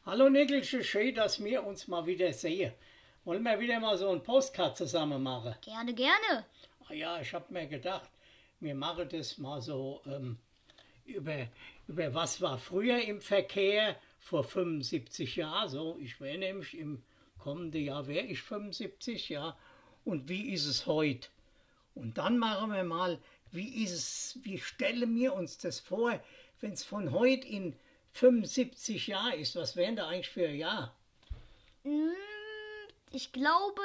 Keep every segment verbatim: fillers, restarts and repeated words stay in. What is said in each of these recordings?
Hallo Nickelchen, schön, dass wir uns mal wieder sehen. Wollen wir wieder mal so ein Postcard zusammen machen? Gerne, gerne. Ah ja, ich habe mir gedacht, wir machen das mal so ähm, über, über was war früher im Verkehr vor fünfundsiebzig Jahren. So, ich wäre nämlich im kommenden Jahr wäre ich fünfundsiebzig, ja. Und wie ist es heute? Und dann machen wir mal, wie ist es, wie stellen wir uns das vor, wenn es von heute in fünfundsiebzig Jahre ist? Was wären da eigentlich für ein Jahr? Hm, Ich glaube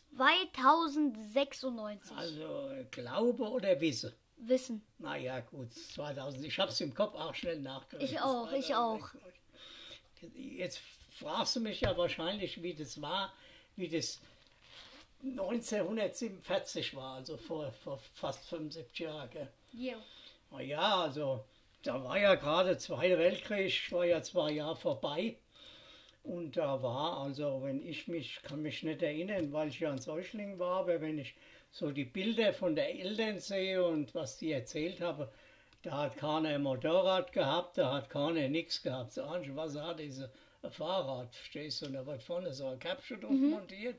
zweitausendsechsundneunzig. Also Glaube oder Wissen? Wissen. Naja, gut, zweitausend. Ich habe es im Kopf auch schnell nachgerechnet. Ich auch, ich auch. Jetzt fragst du mich ja wahrscheinlich, wie das war, wie das neunzehnhundertsiebenundvierzig war, also vor, vor fast fünfundsiebzig Jahren. Gell? Jo. Na ja, also da war ja gerade Zweiter Weltkrieg, war ja zwei Jahre vorbei. Und da war, also wenn ich mich, kann mich nicht erinnern, weil ich ja ein Säugling war, aber wenn ich so die Bilder von den Eltern sehe und was die erzählt haben, da hat keiner ein Motorrad gehabt, da hat keiner nichts gehabt. Das Einzige, was er hat, ist ein Fahrrad, verstehst du, und da wird vorne so ein Köpfchen drauf Mhm. montiert.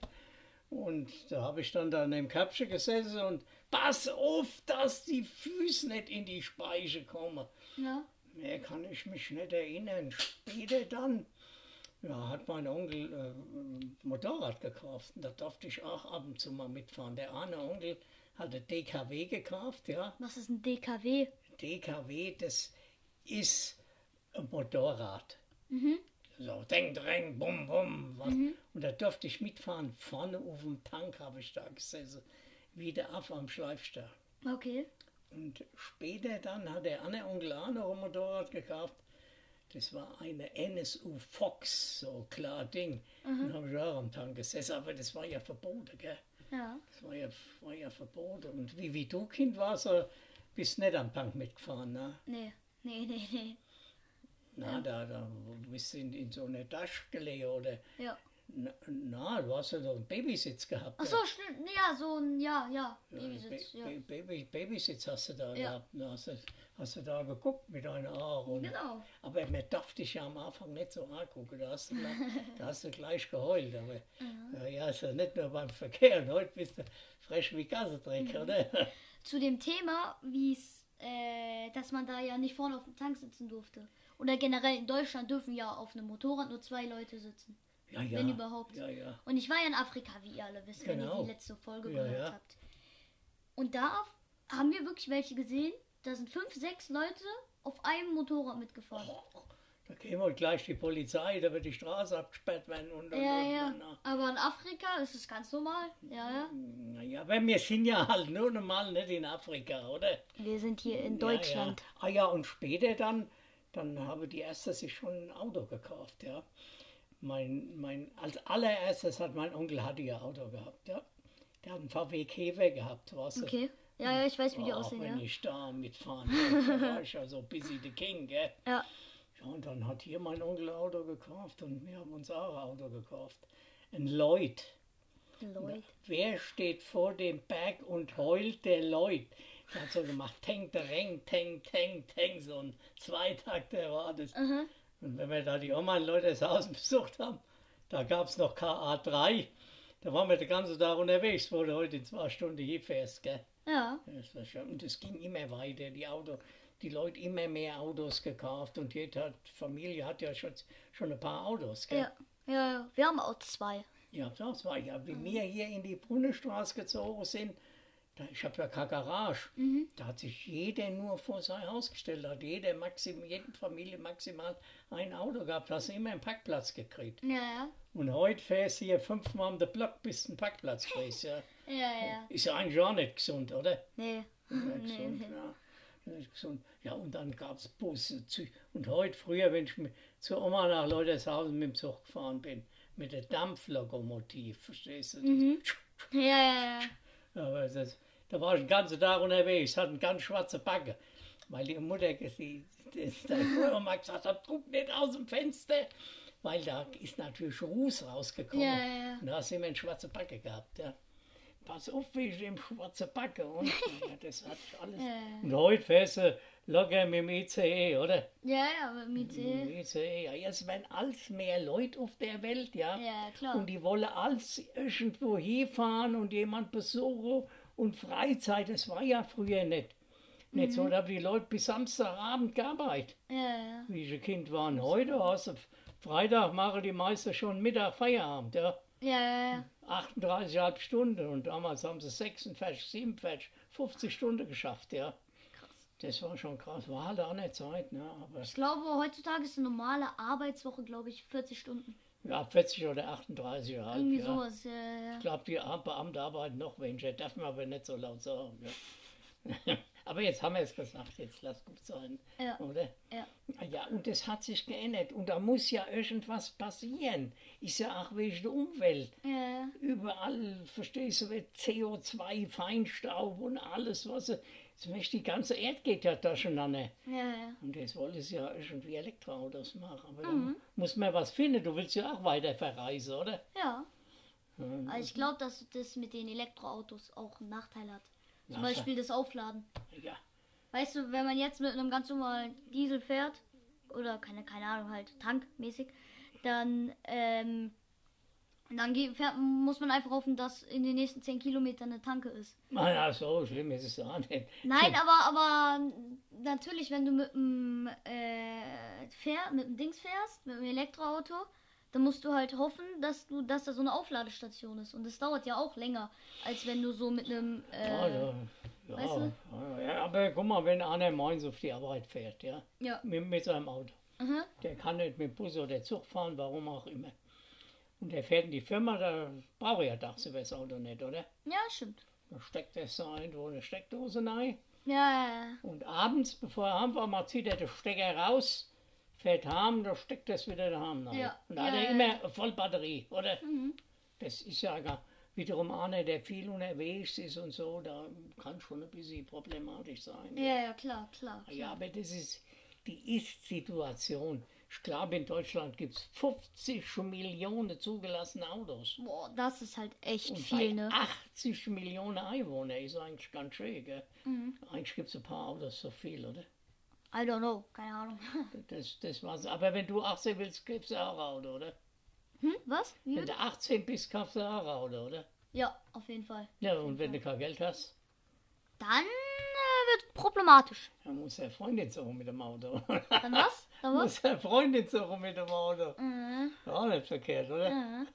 Und da habe ich dann da in dem Köpfchen gesessen und pass auf, dass die Füße nicht in die Speiche kommen. Ja. Mehr kann ich mich nicht erinnern. Später dann, ja, hat mein Onkel äh, ein Motorrad gekauft. Und da durfte ich auch ab und zu mal mitfahren. Der eine Onkel hat ein D K W gekauft, ja. Was ist ein D K W? D K W, das ist ein Motorrad. Mhm. So, deng, deng, bum, bum. Was. Mhm. Und da durfte ich mitfahren. Vorne auf dem Tank habe ich da gesessen. Wie der Affe am Schleifstein. Okay. Und später dann hat der andere Onkel auch noch ein Motorrad gekauft. Das war eine N S U Fox, so klar Ding. Mhm. Dann habe ich auch am Tank gesessen, aber das war ja verboten, gell? Ja. Das war ja, war ja verboten. Und wie, wie du Kind warst, so, bist nicht am Tank mitgefahren, ne? Nee. Nee, nee, nee. Na, Ja. da, da bist du in, in so eine Tasche gelegen oder. Ja. Na, na, du hast ja doch einen Babysitz gehabt. Ach so, stimmt. Ja, so ein, ja, ja. Ja, Babysitz, Ba- ja. Ba- Baby, Babysitz hast du da Ja. gehabt. Da hast du, hast du da geguckt mit deinen Augen. Genau. Aber man darf dich ja am Anfang nicht so angucken, da hast du, gleich- da hast du gleich geheult. Aber Mhm. äh, ja, ist ja nicht nur beim Verkehr, und heute bist du frech wie Gassedreck, Mhm. oder? Zu dem Thema, wie es, äh, dass man da ja nicht vorne auf dem Tank sitzen durfte. Oder generell in Deutschland dürfen ja auf einem Motorrad nur zwei Leute sitzen. Ja, ja. Wenn überhaupt. Ja, ja. Und ich war ja in Afrika, wie ihr alle wisst, wenn ihr Genau. die letzte Folge Ja, gehört ja. habt. Und da haben wir wirklich welche gesehen, da sind fünf, sechs Leute auf einem Motorrad mitgefahren. Oh, da käme heute gleich die Polizei, da wird die Straße abgesperrt werden und, und, Ja, und, ja. und, und. Aber in Afrika ist es ganz normal. Ja, ja. Naja, aber wir sind ja halt nur normal nicht in Afrika, oder? Wir sind hier in Ja, Deutschland. Ja. Ah ja, und später dann, dann habe die erste sich schon ein Auto gekauft, ja. Mein, mein, als allererstes hat mein Onkel hatte ja Auto gehabt, ja. Der hat einen V W Käfer gehabt, weißt du. Okay. Ja, ja, ich weiß, wie die Auch aussehen, wenn ja. ich da mitfahren durfte, war ich ja so busy the king, gell. Ja. Ja, und dann hat hier mein Onkel ein Auto gekauft und wir haben uns auch ein Auto gekauft. Ein Lloyd. Leute. Wer steht vor dem Berg und heult? Der Lloyd. Der hat so gemacht, teng, tereng, teng, teng, teng, so ein Zweitakter war das. Aha. Und wenn wir da die Oma in Leutershausen besucht haben, da gab es noch K A drei, da waren wir den ganzen Tag unterwegs, wo du heute in zwei Stunden hier fährst, gell? Ja. Das war schon, und es ging immer weiter, die Auto, die Leute immer mehr Autos gekauft und jede Familie hat ja schon, schon ein paar Autos, gell? Ja. Ja, ja. Wir haben auch zwei. Ja, das war ja, wie wir hier in die Brunnenstraße gezogen sind, da, ich habe ja keine Garage, Mhm. da hat sich jeder nur vor sein Haus gestellt, da hat jeder maxim, jede Familie maximal ein Auto gehabt, hast du immer einen Parkplatz gekriegt. Ja, ja. Und heute fährst du hier fünfmal um den Block, bis du einen Parkplatz kriegst, ja. Ja, ja. Ist ja eigentlich auch nicht gesund, oder? Nee. Nicht Nee, gesund, nee. ja. Nicht gesund. Ja, und dann gab es Busse. Zü- Und heute, früher, wenn ich mit, zur Oma nach Leutershausen mit dem Zug gefahren bin, mit der Dampflokomotiv, verstehst du? Mhm. Ja, ja, ja. Aber das, da war ich den ganzen Tag unterwegs, hatte einen ganz schwarze Backe. Weil die Mutter, die, die, die Oma gesagt hat, guck nicht aus dem Fenster, weil da ist natürlich Ruß rausgekommen. Ja, ja, ja. Und da hast du immer eine schwarze Backe gehabt, ja. Pass auf, wegen dem schwarzen Backe. Und ja, das hat ich alles. Ja. Und heute fährst du, locker mit dem I C E, oder? Ja, ja, mit dem I C Mit dem E. I C E, ja, jetzt werden alles mehr Leute auf der Welt, ja. Ja, klar. Und die wollen alles irgendwo hinfahren und jemand besuchen und Freizeit, das war ja früher nicht. Nicht so, da haben die Leute bis Samstagabend gearbeitet, Ja, ja. wie sie Kind waren. Heute hast du Freitag machen die meisten schon Mittag Feierabend, ja. Ja, ja, ja. achtunddreißig Komma fünf Stunden und damals haben sie sechsundvierzig, siebenundvierzig, fünfzig Stunden geschafft, ja. Das war schon krass, war halt auch nicht Zeit, ne, aber Ich glaube, heutzutage ist eine normale Arbeitswoche, glaube ich, vierzig Stunden. ja, vierzig oder achtunddreißig Komma fünf, Irgendwie ja. sowas, ja, ja. Ich glaube, die Beamten arbeiten noch weniger, darf man aber nicht so laut sagen, ja. Aber jetzt haben wir es gesagt, jetzt lass gut sein, Ja. oder? Ja. Ja, und das hat sich geändert und da muss ja irgendwas passieren. Ist ja auch wegen der Umwelt. Ja, ja. Überall, verstehst du, wird C O zwei, Feinstaub und alles, was... Jetzt möchte die ganze Erde geht ja durcheinander. Ja, ja. Und jetzt wollen sie ja irgendwie Elektroautos machen. Aber dann muss man was finden. Du willst ja auch weiter verreisen, oder? Ja. Ja, Also ich glaube, dass das mit den Elektroautos auch einen Nachteil hat. Zum Ja, Beispiel das Aufladen. ja. Weißt du, wenn man jetzt mit einem ganz normalen Diesel fährt, oder keine, keine Ahnung, halt tankmäßig, dann, ähm, dann geht, fährt, muss man einfach hoffen, dass in den nächsten zehn Kilometern eine Tanke ist. Na ja, so schlimm ist es auch nicht. Nein, aber, aber natürlich, wenn du mit dem, äh, Fähr, mit dem Dings fährst, mit dem Elektroauto, dann musst du halt hoffen, dass du, dass da so eine Aufladestation ist. Und das dauert ja auch länger, als wenn du so mit einem, äh, Ja, ja, ja, weißt du? ja, ja, aber guck mal, wenn einer morgens auf die Arbeit fährt, ja, ja. mit, mit seinem Auto, Mhm. der kann nicht mit Bus oder Zug fahren, warum auch immer. Und der fährt in die Firma, da braucht er ja tagsüber das Auto nicht, oder? Ja, stimmt. Da steckt er so irgendwo eine Steckdose rein. Ja, ja, ja. Und abends, bevor er heimfährt, mal zieht er den Stecker raus, fährt heim, da steckt er es wieder daheim rein. Ja, Und da hat ja, er ja. immer eine Vollbatterie, oder? Mhm. Das ist ja gar, wiederum einer, der viel unterwegs ist und so, da kann schon ein bisschen problematisch sein. Ja, ja, klar, klar. klar. Ja, aber das ist die Ist-Situation. Ich glaube, in Deutschland gibt es fünfzig Millionen zugelassene Autos. Boah, das ist halt echt Und viel, bei ne? achtzig Millionen Einwohner ist eigentlich ganz schön, gell? Mhm. Eigentlich gibt es ein paar Autos so viel, oder? I don't know, keine Ahnung. Das, das war's. Aber wenn du achtzehn willst, kaufst du auch ein Auto, oder? Hm, was? Wie Wenn bitte? du achtzehn bist, kaufst du auch ein Auto, oder? Ja, auf jeden Fall. Ja, und wenn du kein Geld hast, Dann äh, wird problematisch. dann muss der Freundin suchen mit dem Auto. Dann was? Dann was? Muss der Freundin suchen mit dem Auto. Mhm. Auch nicht verkehrt, oder? Mhm.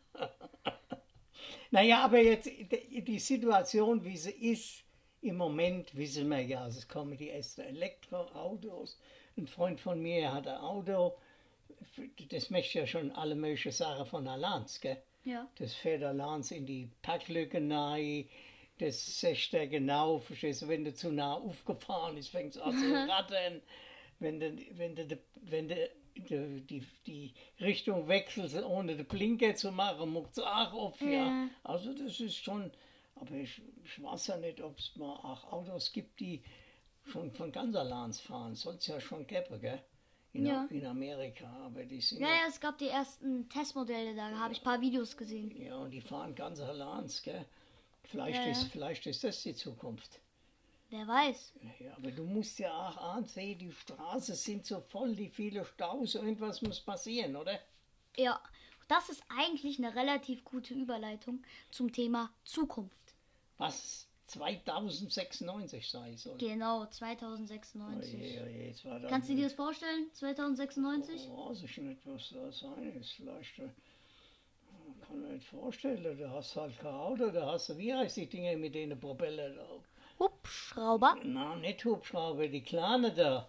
Naja, aber jetzt die die Situation, wie sie ist, im Moment wissen wir ja, es kommen die ersten Elektroautos. Ein Freund von mir hat ein Auto, das möchte ja schon alle möglichen Sachen von allein, gell? Ja. Das fährt allein in die Packlücke rein, das sagt er genau, verstehst du, wenn du zu nah aufgefahren ist, fängt es an zu rattern. Wenn du, wenn du, wenn du die, die, die Richtung wechselst, ohne den Blinker zu machen, muckt es auch auf, ja. Ja. Also das ist schon, aber ich, ich weiß ja nicht, ob es mal auch Autos gibt, die schon von ganz allein fahren. Soll es ja schon geben, gell? In, Ja. in Amerika, aber die sind Ja, ja, es gab die ersten Testmodelle, da habe ich ein paar Videos gesehen. ja, und die fahren ganz allein, gell? Vielleicht, Ja, ist, ja. vielleicht ist das die Zukunft. Wer weiß. Ja, aber du musst ja auch ansehen, die Straßen sind so voll, die viele Staus, irgendwas muss passieren, oder? Ja, das ist eigentlich eine relativ gute Überleitung zum Thema Zukunft. Was zweitausendsechsundneunzig sei soll. Genau, Oje, zweitausendsechsundneunzig. oje, jetzt war da Kannst du dir das vorstellen, zweitausendsechsundneunzig? Oh, weiß ich nicht, was da sein ist. Vielleicht äh, kann ich nicht vorstellen. Da hast du halt kein Auto, da hast du, wie heißt die Dinge mit denen Propeller da? Hubschrauber, Na, nicht Hubschrauber, die kleine da.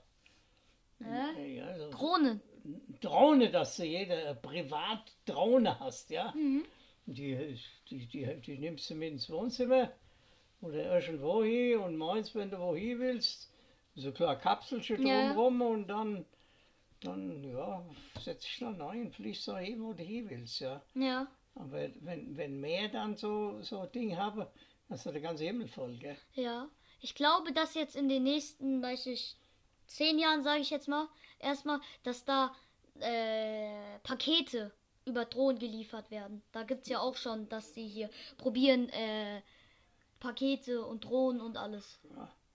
äh, Ja, so Drohnen. Drohne, dass du jede äh, Privatdrohne hast, ja. Mhm. Die, die, die, die nimmst du mit ins Wohnzimmer oder irgendwo hin und meinst, wenn du wohin willst, so klar Kapselchen Ja. drumrum und dann, dann ja, setz dich dann ein und fliegst da hin, wo du hin willst, ja. Ja, Aber wenn, wenn mehr dann so, so ein Ding haben, hast du den ganzen Himmel voll, gell? ja. Ich glaube, dass jetzt in den nächsten, weiß ich, zehn Jahren, sage ich jetzt mal, erstmal, dass da äh, Pakete über Drohnen geliefert werden. Da gibt es ja auch schon, dass sie hier probieren, äh, Pakete und Drohnen und alles.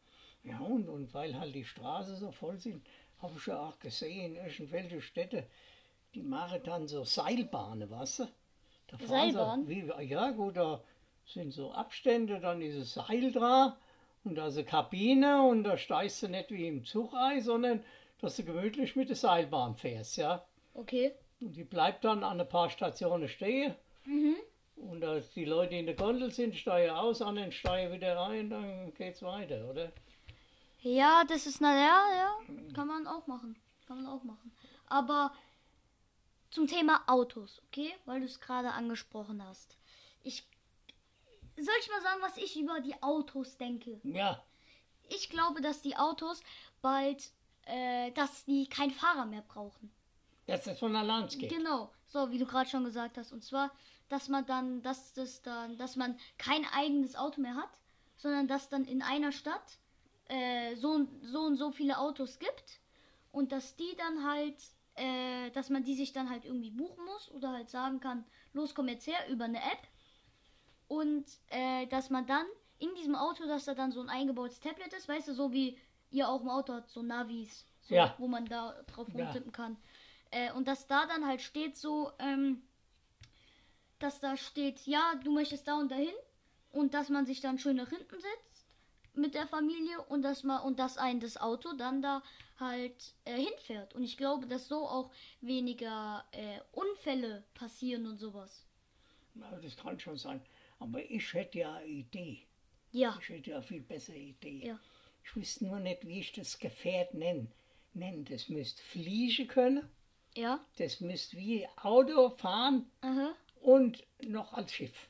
Ja, und, und weil halt die Straßen so voll sind, habe ich ja auch gesehen, irgendwelche Städte, die machen dann so Seilbahnen, weißt du? Da fahren Seilbahn? sie, wie, ja gut, da sind so Abstände, dann dieses Seil dran und da ist eine Kabine und da steigst du nicht wie im Zug ein, sondern dass du gemütlich mit der Seilbahn fährst, ja. Okay. Und die bleibt dann an ein paar Stationen stehen. Mhm. Und als die Leute in der Gondel sind, steigen aus, anderen steigen wieder rein, dann geht's weiter, oder? Ja, das ist, na ja, ja, kann man auch machen. Kann man auch machen. Aber zum Thema Autos, okay? Weil du es gerade angesprochen hast. Ich, soll ich mal sagen, was ich über die Autos denke? Ja, Ich glaube, dass die Autos bald, äh, dass die keinen Fahrer mehr brauchen. dass das von allein geht. Genau, so wie du gerade schon gesagt hast. Und zwar, dass man dann, dass das dann, dass man kein eigenes Auto mehr hat, sondern dass dann in einer Stadt äh, so, und- so und so viele Autos gibt und dass die dann halt, äh, dass man die sich dann halt irgendwie buchen muss oder halt sagen kann, los, komm jetzt her über eine App und äh, dass man dann in diesem Auto, dass da dann so ein eingebautes Tablet ist, weißt du, so wie ihr auch im Auto habt, so Navis, so, Ja. wo man da drauf Ja. rumtippen kann. Äh, und dass da dann halt steht so, ähm, dass da steht, ja, du möchtest da und dahin und dass man sich dann schön nach hinten setzt mit der Familie und dass man und dass ein das Auto dann da halt äh, hinfährt. Und ich glaube, dass so auch weniger äh, Unfälle passieren und sowas. Ja, das kann schon sein. Aber ich hätte ja eine Idee. Ja, Ich hätte ja eine viel bessere Idee. Ja. Ich wüsste nur nicht, wie ich das Gefährt nenne. Nennen. Das müsste fliegen können. ja, Das müsste wie Auto fahren aha. und noch als Schiff.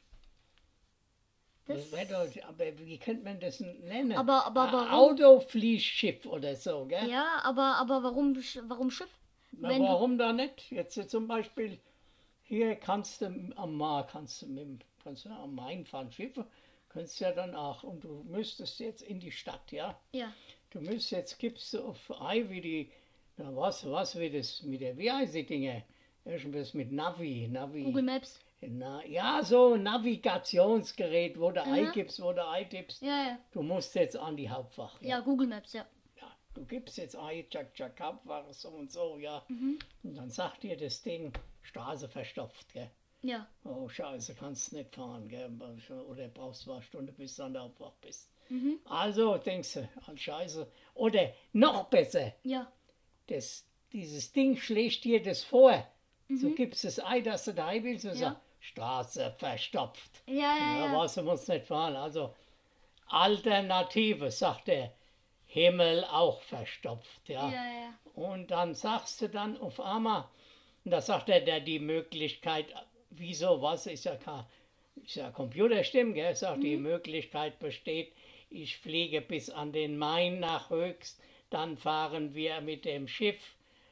Das, Das wär doch, aber wie könnte man das nennen? Aber- aber Ein warum? Autofließschiff oder so, gell? ja, aber aber warum Sch- warum Schiff? Na, wenn du- warum da nicht? Jetzt äh, zum Beispiel, hier kannst du am Mar, kannst du, mit, dem- kannst du am Main fahren, Schiffe, kannst ja dann auch. Und du müsstest jetzt in die Stadt, ja? Ja, Du müsstest jetzt, gibst du auf ein, wie die, na was, was wie das mit der, wie heißt die Dinge? Irgendwas mit Navi, Navi. Google Maps. Na, ja, so ein Navigationsgerät, wo du Aha. eingibst, wo du eintippst. Ja, ja. Du musst jetzt an die Hauptwache. Ja, Google Maps, ja. Ja, du gibst jetzt ein, tschak, tschak, Hauptwache, so und so, ja. Mhm. Und dann sagt dir das Ding, Straße verstopft, gell. Ja. Oh, scheiße, kannst nicht fahren, gell. Oder brauchst zwei Stunden, bis du an der Hauptwache bist. Mhm. Also denkst du, an Scheiße. Oder noch besser, Ja. das, dieses Ding schlägt dir das vor. So Mhm. gibst es ein, dass du daheim willst und Ja. sagst, Straße verstopft. Ja, ja, Ja, ja. was, du musst nicht fahren. Also, Alternative, sagt der Himmel auch verstopft, ja. Ja, ja. Und dann sagst du dann auf einmal, und da sagt er, der die Möglichkeit, wieso, was, ist ja kein, ist ja Computerstimme, gell, sagt, die Möglichkeit besteht, ich fliege bis an den Main nach Höchst, dann fahren wir mit dem Schiff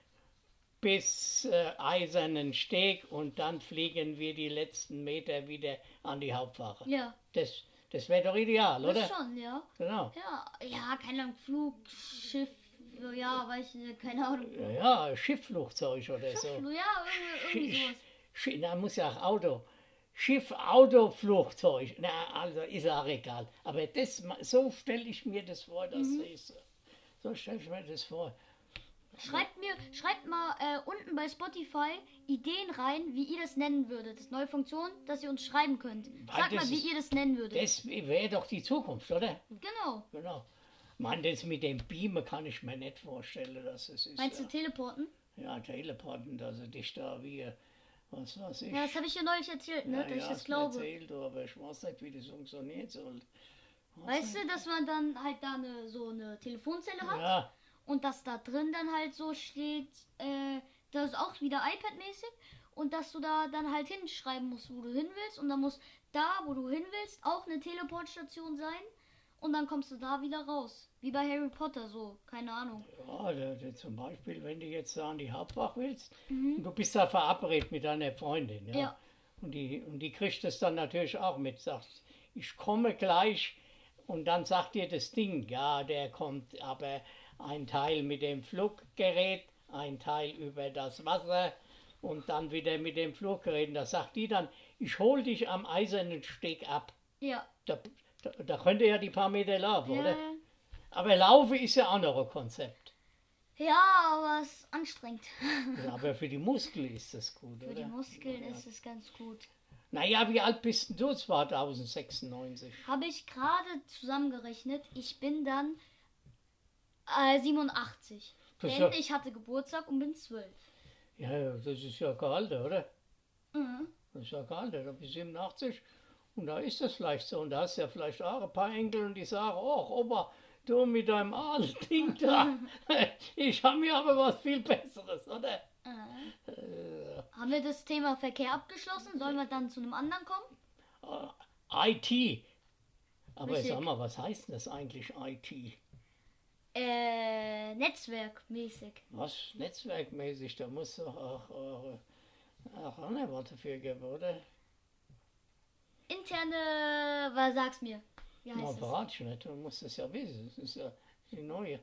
bis äh, Eisernen Steg und dann fliegen wir die letzten Meter wieder an die Hauptwache. Ja. Das, das wäre doch ideal, Das oder? schon, ja. Genau. Ja, ja, keine Ahnung, Flug, Schiff, ja, weiß ich nicht, keine Ahnung. Ja, ja, Schiffflugzeug oder so. Schiff, ja, irgendwie, irgendwie Sch- sowas. Sch- Na, muss ja auch Auto. Schiff, Auto, Flugzeug. Na, also ist auch egal. Aber das, ma- so stelle ich mir das vor, dass Mhm. das, so stelle ich mir das vor. Schreibt mir, schreibt mal äh, unten bei Spotify Ideen rein, wie ihr das nennen würdet. Das ist neue Funktion, dass ihr uns schreiben könnt. Weil Sagt mal, das wie ist- ihr das nennen würdet. Das wäre doch die Zukunft, oder? Genau. Genau. Man, das mit dem Beamen kann ich mir nicht vorstellen, dass es ist. Meinst du ja, Teleporten? ja, Teleporten, dass er dich da wie, was weiß ich. Ja, das habe ich ja neulich erzählt, ne, Ja, dass ja, ich das hast du glaube. Erzählt, aber ich weiß nicht, wie das funktioniert soll. Weißt du, dass man dann halt da eine, so eine Telefonzelle hat Ja, und dass da drin dann halt so steht, äh, das ist auch wieder iPad-mäßig und dass du da dann halt hinschreiben musst, wo du hin willst und dann muss da, wo du hin willst, auch eine Teleportstation sein und dann kommst du da wieder raus. Wie bei Harry Potter so, keine Ahnung. ja da, da, zum Beispiel, wenn du jetzt da an die Hauptwache willst, Mhm. und du bist da verabredet mit deiner Freundin, ja. Ja. Und, die, und die kriegt das dann natürlich auch mit, sagt, ich komme gleich und dann sagt dir das Ding, ja, der kommt, aber ein Teil mit dem Fluggerät, ein Teil über das Wasser und dann wieder mit dem Fluggerät. Und da sagt die dann, ich hol dich am Eisernen Steg ab. Ja. Da, da, da könnt ihr ja die paar Meter laufen, Ja, oder? ja. Aber Laufen ist ja auch noch ein Konzept. Ja, aber es ist anstrengend. Ja, aber für die Muskeln ist das gut, Für oder? die Muskeln Ja. ist es ganz gut. Naja, wie alt bist denn du zweitausendsechsundneunzig? Habe ich gerade zusammengerechnet. Ich bin dann äh, siebenundachtzig. Das ist Denn ja- ich hatte Geburtstag und bin zwölf. Ja, ja, das ist ja gehalten, oder? Mhm. Das ist ja gehalten, da bist du siebenundachtzig und da ist das vielleicht so. Und da hast du ja vielleicht auch ein paar Enkel und die sagen, oh Opa, du mit deinem alten Ding da, ich habe mir aber was viel Besseres, oder? Äh. Äh, Haben wir das Thema Verkehr abgeschlossen? Sollen wir dann zu einem anderen kommen? äh, I T. Aber Richtig. sag mal, was heißt denn das eigentlich I T? Äh, netzwerkmäßig. Was? Netzwerkmäßig, da muss doch auch, auch, auch andere Worte für geben, oder? Interne, was sag's mir? Wie Na, heißt es? verrat ich nicht, du musst es ja wissen, das ist ja die neue.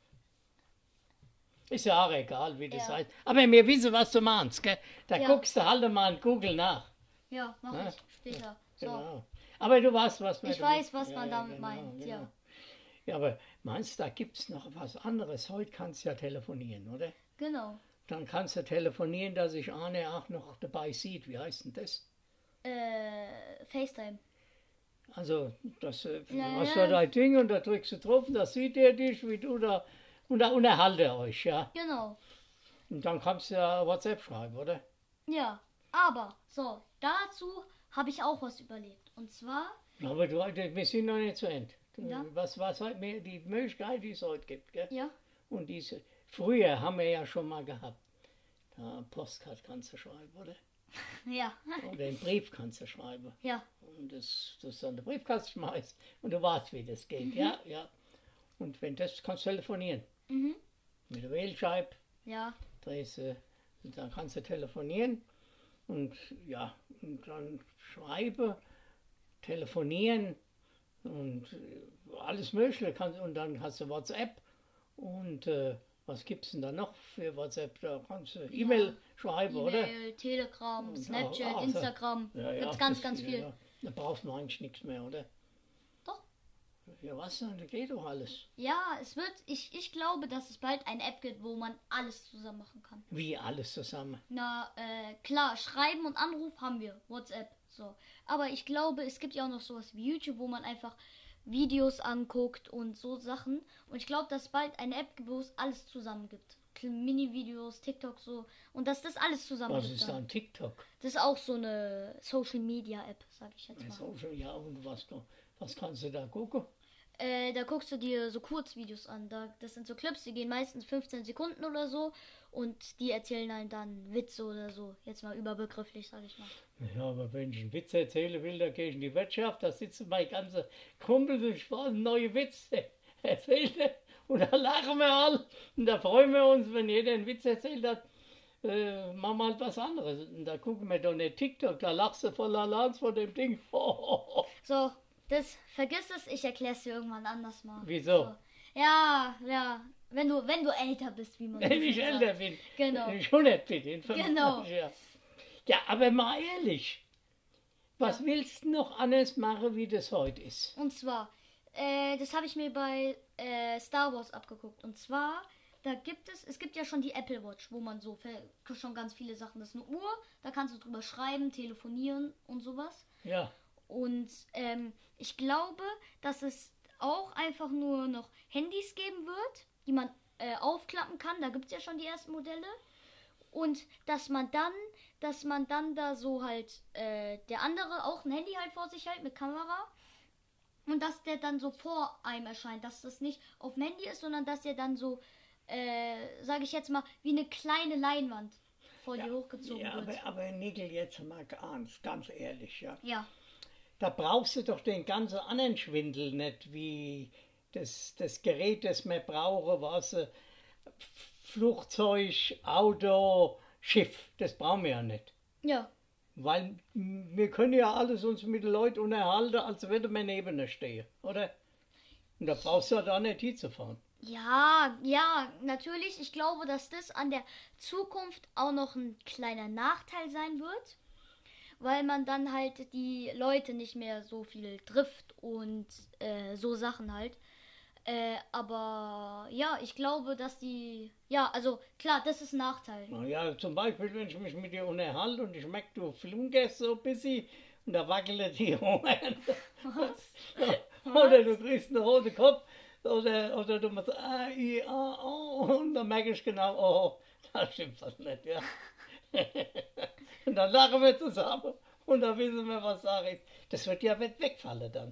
Ist ja auch egal, wie das Ja. heißt. Aber wir wissen, was du meinst, gell? Da Ja. guckst du halt mal in Google nach. Ja, mach Ja. ich später. So. Genau. Aber du weißt, was man Ich damit- weiß, was man damit meint, ja. Ja, aber meinst du, da gibt es noch was anderes? Heute kannst du ja telefonieren, oder? Genau. Dann kannst du telefonieren, dass sich Arne auch noch dabei sieht. Wie heißt denn das? Äh, FaceTime. Also, das äh, Ja, hast ja. du dein Ding und da drückst du drauf und da sieht er dich, wie du da, und da unterhaltet ihr euch, ja. Genau. Und dann kannst du ja WhatsApp schreiben, oder? Ja, aber so, dazu habe ich auch was überlegt. Und zwar, Aber du, wir sind noch nicht zu Ende. Du, Ja. Was, was halt mehr die Möglichkeit, die es heute gibt, gell? ja, Und diese, früher haben wir ja schon mal gehabt. Da Postkarte kannst du schreiben, oder? ja, Oder einen Brief kannst du schreiben. ja, Und das, das dann in den Briefkasten schmeißt. Und du weißt, wie das geht, ja, ja. Und wenn das, kannst du telefonieren. mhm, Mit der Wählscheibe ja, drehst du, und dann kannst du telefonieren. Und ja, und dann schreiben, telefonieren und äh, alles Mögliche. Kannst, und dann hast du WhatsApp. Und äh, was gibt es denn da noch für WhatsApp? Da kannst du E-Mail schreiben, oder? E-Mail, Telegram, Und Snapchat, auch- auch so- Instagram, Ja, ja, gibt's ganz, das- ganz ja, viel. ja. Da brauchst du eigentlich nichts mehr, oder? Doch. Ja, was denn? Das geht doch alles. Ja, es wird, ich, ich glaube, dass es bald eine App gibt, wo man alles zusammen machen kann. Wie alles zusammen. Na, äh, klar, Schreiben und Anruf haben wir, WhatsApp, so. Aber ich glaube, es gibt ja auch noch sowas wie YouTube, wo man einfach Videos anguckt und so Sachen. Und ich glaube, dass bald eine App gibt, wo es alles zusammen gibt. Kle- Mini-Videos, TikTok so. Und dass das alles zusammen Was gibt. ist dann. dann TikTok? Das ist auch so eine Social-Media-App, sag ich jetzt Ja, mal. Social, ja, und was, was kannst du da gucken? Äh, da guckst du dir so Kurzvideos an. Da, das sind so Clips, die gehen meistens fünfzehn Sekunden oder so. Und die erzählen einem dann Witze oder so. Jetzt mal überbegrifflich, sag ich mal. Ja, aber wenn ich einen Witz erzählen will, dann gehe ich in die Wirtschaft, da sitzen meine ganzen Kumpels und Spaß, neue Witze erzählen. Und da lachen wir alle. Und da freuen wir uns, wenn jeder einen Witz erzählt hat, äh, machen wir halt was anderes. Und da gucken wir doch nicht TikTok, da lachst du voll Alarms vor dem Ding. So, das, vergiss es, ich erklär's dir irgendwann anders mal. Wieso? So. Ja, ja, wenn du, wenn du älter bist, wie man so Wenn ich schön älter sagt. bin. Genau. Wenn ich hundert bin. In Genau. fünfundachtzig Jahren. Ja, aber mal ehrlich. Was Ja. willst du noch anders machen, wie das heute ist? Und zwar, äh, das habe ich mir bei äh, Star Wars abgeguckt. Und zwar, da gibt es, es gibt ja schon die Apple Watch, wo man so ver- schon ganz viele Sachen, das ist eine Uhr, da kannst du drüber schreiben, telefonieren und sowas. Ja. Und ähm, ich glaube, dass es auch einfach nur noch Handys geben wird, die man äh, aufklappen kann. Da gibt es ja schon die ersten Modelle. Und dass man dann, dass man dann da so halt, äh, der andere auch ein Handy halt vor sich hält mit Kamera. Und dass der dann so vor einem erscheint. Dass das nicht auf dem Handy ist, sondern dass der dann so, äh, sage ich jetzt mal, wie eine kleine Leinwand vor dir hochgezogen Ja, wird. aber, aber Nickel, jetzt mal ganz, ganz ehrlich, ja. Ja. Da brauchst du doch den ganzen anderen Schwindel nicht, wie das, das Gerät, das wir brauchen, was äh, Flugzeug, Auto, Schiff, das brauchen wir ja nicht. Ja. Weil m, wir können ja alles uns mit den Leuten unterhalten, als würde man neben ihnen stehen, oder? Und da brauchst du ja da nicht hinzufahren. Ja, ja, natürlich. Ich glaube, dass das an der Zukunft auch noch ein kleiner Nachteil sein wird, weil man dann halt die Leute nicht mehr so viel trifft und äh, so Sachen halt. Äh, aber ja, ich glaube, dass die. Ja, also klar, das ist ein Nachteil. Na ja, zum Beispiel, wenn ich mich mit dir unterhalte und ich merke, du flunkerst so ein bisschen und da wackelt die Ohren. Was? Oder du kriegst einen roten Kopf oder, oder du machst ah, i, ah, oh, und dann merke ich genau, oh, da stimmt was nicht, ja. Und dann lachen wir zusammen und dann wissen wir, was Sache ist. Das wird ja nicht wegfallen dann.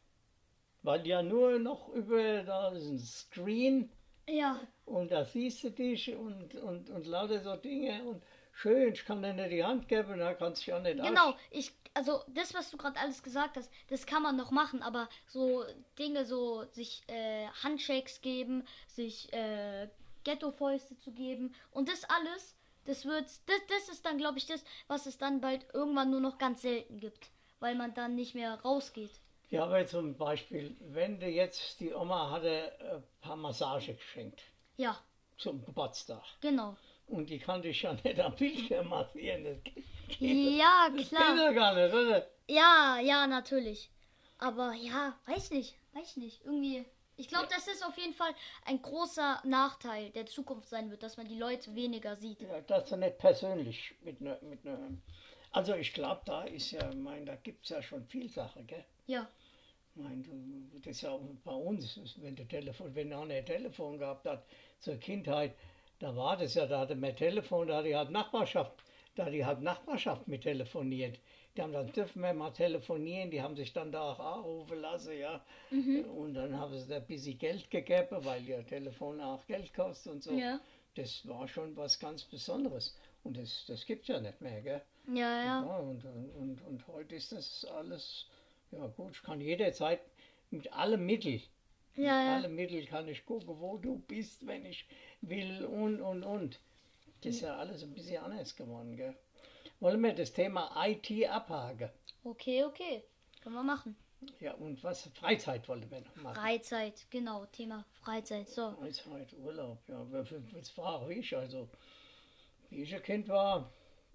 Weil ja nur noch über, da ist ein Screen Ja, und da siehst du dich und, und, und lauter so Dinge und schön, ich kann dir nicht die Hand geben, da kannst du ja nicht genau. Ich, also das, was du gerade alles gesagt hast, das kann man noch machen, aber so Dinge, so sich äh, Handshakes geben, sich äh, Ghetto-Fäuste zu geben und das alles, das wird, das, das ist dann, glaube ich, das, was es dann bald irgendwann nur noch ganz selten gibt, weil man dann nicht mehr rausgeht. Ja, aber zum Beispiel, wenn du jetzt, die Oma hatte ein paar Massage geschenkt Ja, zum Geburtstag genau. und die kann dich ja nicht am Bildschirm massieren, das geht, Ja, das geht klar. ja gar nicht, oder? Ja, ja, natürlich. Aber ja, weiß nicht, weiß nicht. Irgendwie. Ich glaube, das ist auf jeden Fall ein großer Nachteil der Zukunft sein wird, dass man die Leute weniger sieht. Ja, dass du nicht persönlich mit einer, mit einer, also ich glaube, da ist ja, ich meine, da gibt es ja schon viel Sachen, gell? Ja, Ich meine, du- das ist ja auch bei uns, wenn du Telefon, wenn du auch ein Telefon gehabt hat zur Kindheit, da war das ja, da hatte man Telefon, da hat die halt Nachbarschaft, da hat die halt Nachbarschaft mit telefoniert. Die haben dann dürfen wir mal telefonieren, die haben sich dann da auch anrufen lassen, ja. Und dann haben sie da ein bisschen Geld gegeben, weil ja Telefon auch Geld kostet und so. ja, Das war schon was ganz Besonderes. Und das, das gibt es ja nicht mehr, gell? ja, ja. Ja, und, und, und heute ist das alles, ja gut, ich kann jederzeit mit allen Mitteln, mit Ja, ja. allen Mitteln kann ich gucken, wo du bist, wenn ich will und, und, und. Das ist ja alles ein bisschen anders geworden, gell? Wollen wir das Thema I T abhaken? Okay, okay. Können wir machen. Ja, und was? Freizeit wollen wir noch machen. Freizeit, genau, Thema Freizeit. So. Freizeit, Urlaub, ja, das war auch ich, also, wie ich ein Kind war,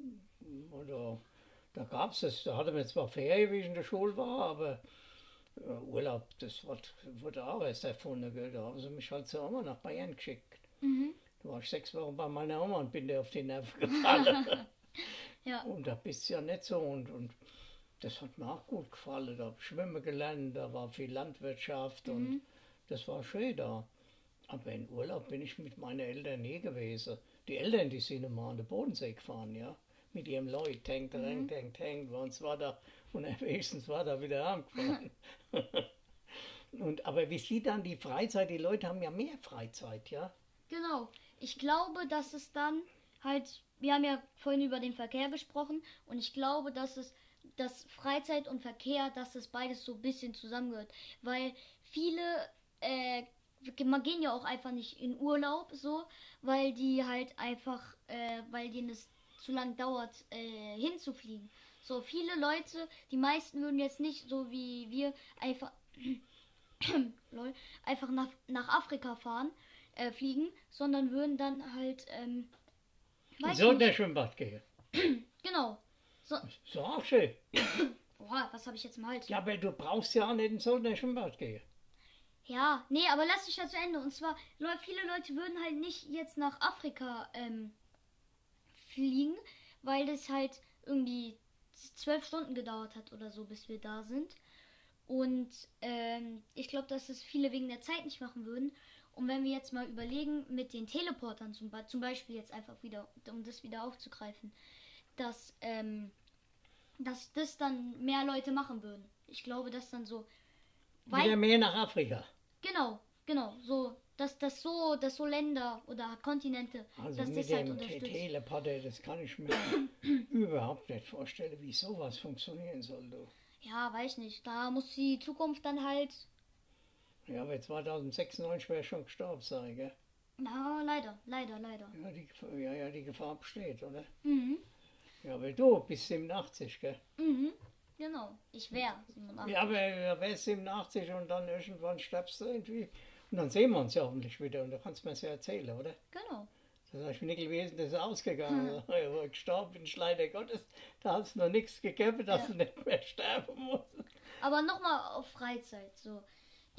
oder da gab es das, da hatte man zwar Ferien, wie ich in der Schule war, aber ja, Urlaub, das wird, wurde auch erst erfunden, gell? Da haben sie mich halt zur Oma nach Bayern geschickt. Mhm. Da war ich sechs Wochen bei meiner Oma und bin dir auf die Nerven gefallen. Ja. Und da bist du ja nicht so und, und das hat mir auch gut gefallen. Da habe ich schwimmen gelernt, da war viel Landwirtschaft und das war schön da. Aber in Urlaub bin ich mit meinen Eltern nie gewesen. Die Eltern, die sind immer an den Bodensee gefahren, ja. Mit ihrem Leut, tank, tank, tank, tank. Und zwar da, und wenigstens war da wieder heimgefahren. Und, aber wie sieht dann die Freizeit? Die Leute haben ja mehr Freizeit, ja. Genau. Ich glaube, dass es dann halt, wir haben ja vorhin über den Verkehr gesprochen und ich glaube, dass es, dass Freizeit und Verkehr, dass es beides so ein bisschen zusammengehört. Weil viele, äh, man gehen ja auch einfach nicht in Urlaub so, weil die halt einfach, äh, weil denen es zu lang dauert, äh, hinzufliegen. So viele Leute, die meisten würden jetzt nicht so wie wir einfach, lol, einfach nach, nach Afrika fahren, äh, fliegen, sondern würden dann halt, ähm, weiß So in nicht, der Schwimmbad gehen. genau. So, So auch schön. oha, was habe ich jetzt im Hals? Ja, aber du brauchst ja auch nicht in so in der Schwimmbad gehen. Ja, nee, aber lass dich ja zu Ende. Und zwar, Leute, viele Leute würden halt nicht jetzt nach Afrika ähm, fliegen, weil das halt irgendwie zwölf Stunden gedauert hat oder so, bis wir da sind. Und ähm, ich glaube, dass es viele wegen der Zeit nicht machen würden. Und wenn wir jetzt mal überlegen, mit den Teleportern zum, Be zum Beispiel jetzt einfach wieder, um das wieder aufzugreifen, dass, ähm, dass das dann mehr Leute machen würden. Ich glaube, dass dann so Wieder mehr nach Afrika. Genau, genau, so, dass das so, dass so Länder oder Kontinente, Also dass mit das halt dem Te- unterstützt. Teleporter, das kann ich mir überhaupt nicht vorstellen, wie sowas funktionieren soll. Du. Ja, weiß nicht, da muss die Zukunft dann halt, Ja, aber zweitausendsechsundneunzig wäre schon gestorben sein, gell? na, leider, leider, leider. Ja, die, Gefahr- ja, ja, die Gefahr besteht, oder? Mhm, Ja, aber du bist siebenundachtzig, gell? mhm, genau, ich wäre siebenundachtzig. Ja, aber du wärst siebenundachtzig und dann irgendwann stirbst du irgendwie. Und dann sehen wir uns ja hoffentlich wieder und du kannst mir das ja erzählen, oder? Genau. Da sag ich, Nickel, wie ist denn das ausgegangen? Ja, wo ich gestorben bin, leider Gottes, da hast du noch nichts gegeben, dass Ja. du nicht mehr sterben musst. Aber nochmal auf Freizeit, so.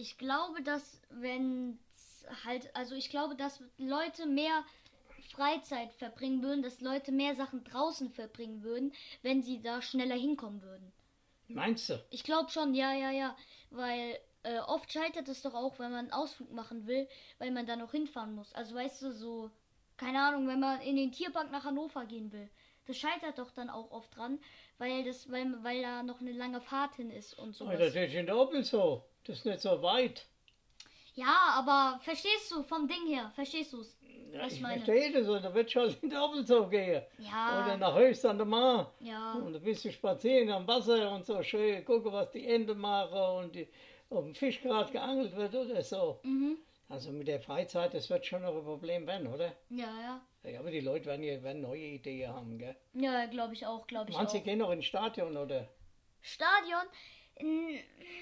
Ich glaube, dass wenn halt, also ich glaube, dass Leute mehr Freizeit verbringen würden, dass Leute mehr Sachen draußen verbringen würden, wenn sie da schneller hinkommen würden. Meinst du? Ich glaube schon, ja, ja, ja. Weil äh, oft scheitert es doch auch, wenn man einen Ausflug machen will, weil man da noch hinfahren muss. Also weißt du, so, keine Ahnung, wenn man in den Tierpark nach Hannover gehen will. Das scheitert doch dann auch oft dran, weil das, weil, weil da noch eine lange Fahrt hin ist und so. Oh, das ist in Doppel so. Das ist nicht so weit. Ja, aber verstehst du vom Ding her? Verstehst du es? Ja, was ich ich meine? verstehe das, und da wird schon in Doppel so gehen. Ja. Oder nach Höchst an der Mar. Ja. Und ein bisschen spazieren am Wasser und so schön gucken, was die Enten machen und die, ob ein Fisch gerade geangelt wird oder so. Mhm. Also mit der Freizeit, das wird schon noch ein Problem werden, oder? Ja, ja. Ja, aber die Leute werden ja werden neue Ideen haben, gell? Ja, glaube ich auch, glaube ich Manche auch. gehen noch ins Stadion, oder? Stadion? N-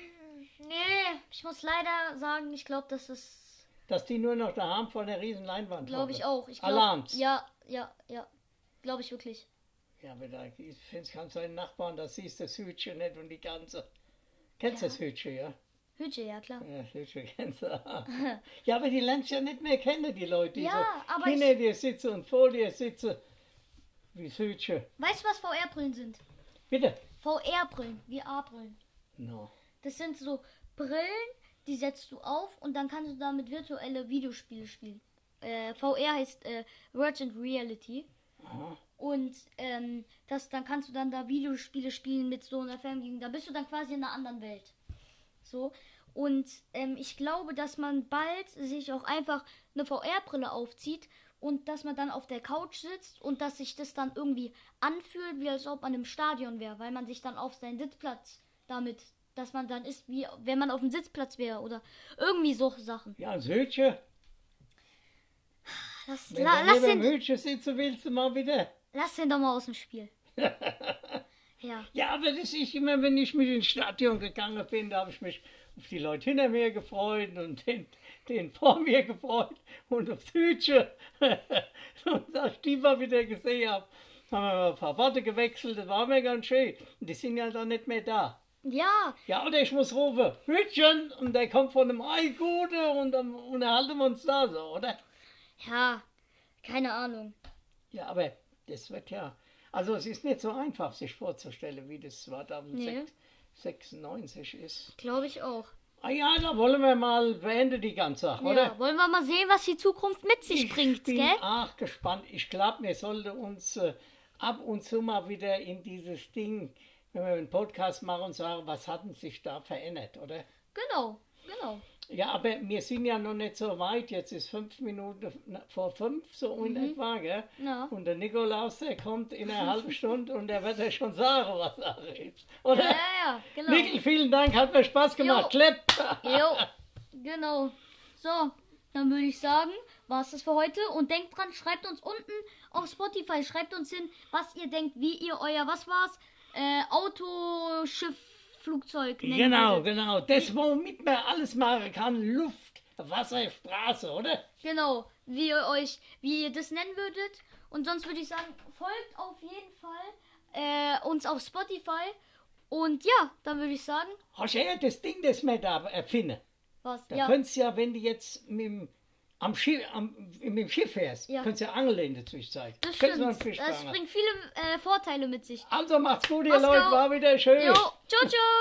Nee, ich muss leider sagen, ich glaube, das ist, Dass die nur noch daheim vor einer riesen Leinwand glaube ich hocken. auch. Ich glaub, Alarms. Ja, ja, ja. Glaube ich wirklich. Ja, aber da findest du seinen Nachbarn, da siehst du das Hütchen nicht und die ganze. Kennst du Ja. das Hütchen, ja? Hütchen, ja klar. Ja, das Hütchen kennst du. Ja, aber die lernst ja nicht mehr kennen, die Leute, die Ja, so aber hinter ich- dir sitzen und vor dir sitzen. Wie das Hütchen. Weißt du, was V R-Brillen sind? Bitte? V R-Brillen, V R-Brillen. No. Das sind so Brillen, die setzt du auf und dann kannst du damit virtuelle Videospiele spielen. Äh, V R heißt äh, Virtual Reality. Aha. Und ähm, das, dann kannst du dann da Videospiele spielen mit so einer Fernbedienung. Da bist du dann quasi in einer anderen Welt. So. Und ähm, ich glaube, dass man bald sich auch einfach eine V R-Brille aufzieht und dass man dann auf der Couch sitzt und dass sich das dann irgendwie anfühlt, wie als ob man im Stadion wäre, weil man sich dann auf seinen Sitzplatz damit, dass man dann ist, wie wenn man auf dem Sitzplatz wäre oder irgendwie so Sachen. Ja, das Hütchen. Lass, Wenn la, du lass, neben dem den, Hütchen sitzen willst, du mal wieder. lass den doch mal aus dem Spiel. Ja. Ja, aber das ist immer, wenn ich mit ins Stadion gegangen bin, da habe ich mich auf die Leute hinter mir gefreut und den, den vor mir gefreut und aufs Hütchen. Und als ich die mal wieder gesehen habe, haben wir mal ein paar Worte gewechselt, das war mir ganz schön. Und die sind ja dann nicht mehr da. Ja, Ja, oder ich muss rufen, Hütchen, und der kommt von einem Ei Gute und dann unterhalten wir uns da so, oder? ja, keine Ahnung. Ja, aber das wird ja, also es ist nicht so einfach, sich vorzustellen, wie das Nee. zweitausendsechsundneunzig ist. Glaube ich auch. Ah ja, da wollen wir mal beenden die ganze Sache, oder? Ja, wollen wir mal sehen, was die Zukunft mit sich Ich bringt, bin gell? auch gespannt. Ich glaube, wir sollten uns äh, ab und zu mal wieder in dieses Ding, wenn wir einen Podcast machen und sagen, was hat denn sich da verändert, oder? Genau, genau. Ja, aber wir sind ja noch nicht so weit. Jetzt ist fünf Minuten vor fünf, so in Mhm. etwa, gell? Ja. Und der Nikolaus, der kommt in einer halben Stunde und der wird ja schon sagen, was Sache ist. Oder? Ja, ja, ja, genau. Nickel, vielen Dank, hat mir Spaß gemacht. Jo. Klepp! Jo, genau. So, dann würde ich sagen, war es das für heute. Und denkt dran, schreibt uns unten auf Spotify, schreibt uns hin, was ihr denkt, wie ihr euer, was war's, äh, Auto, Schiff, Flugzeug nennen Genau, würdet. genau. Das, womit man alles machen kann. Luft, Wasser, Straße, oder? Genau, wie ihr euch, wie ihr das nennen würdet. Und sonst würde ich sagen, folgt auf jeden Fall äh, uns auf Spotify. Und ja, dann würde ich sagen, Hast du ja das Ding, das wir da erfinden? was? Da Ja, könntest du ja, wenn du jetzt mit dem, am Schiff, am, mit dem Schiff fährst, Ja. könntest du ja angeln in der Zwischenzeit. das Könntest du mal einen stimmt. Fisch Das fangen. bringt viele äh, Vorteile mit sich. Also macht's gut, ihr Mach's Leute, gut. war wieder schön. Jo, ciao, ciao.